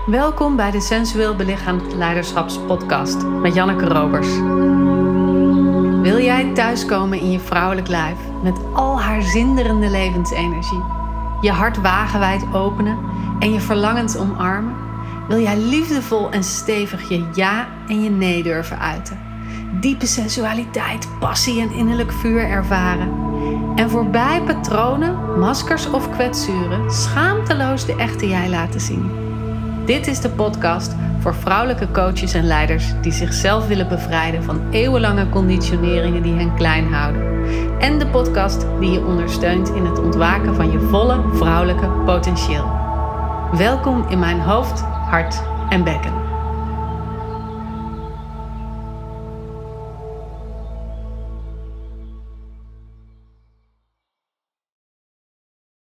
Welkom bij de Sensueel Belichaamd Leiderschapspodcast met Janneke Robers. Wil jij thuiskomen in je vrouwelijk lijf met al haar zinderende levensenergie? Je hart wagenwijd openen en je verlangens omarmen? Wil jij liefdevol en stevig je ja en je nee durven uiten? Diepe sensualiteit, passie en innerlijk vuur ervaren? En voorbij patronen, maskers of kwetsuren schaamteloos de echte jij laten zien? Dit is de podcast voor vrouwelijke coaches en leiders die zichzelf willen bevrijden van eeuwenlange conditioneringen die hen klein houden. En de podcast die je ondersteunt in het ontwaken van je volle vrouwelijke potentieel. Welkom in mijn hoofd, hart en bekken.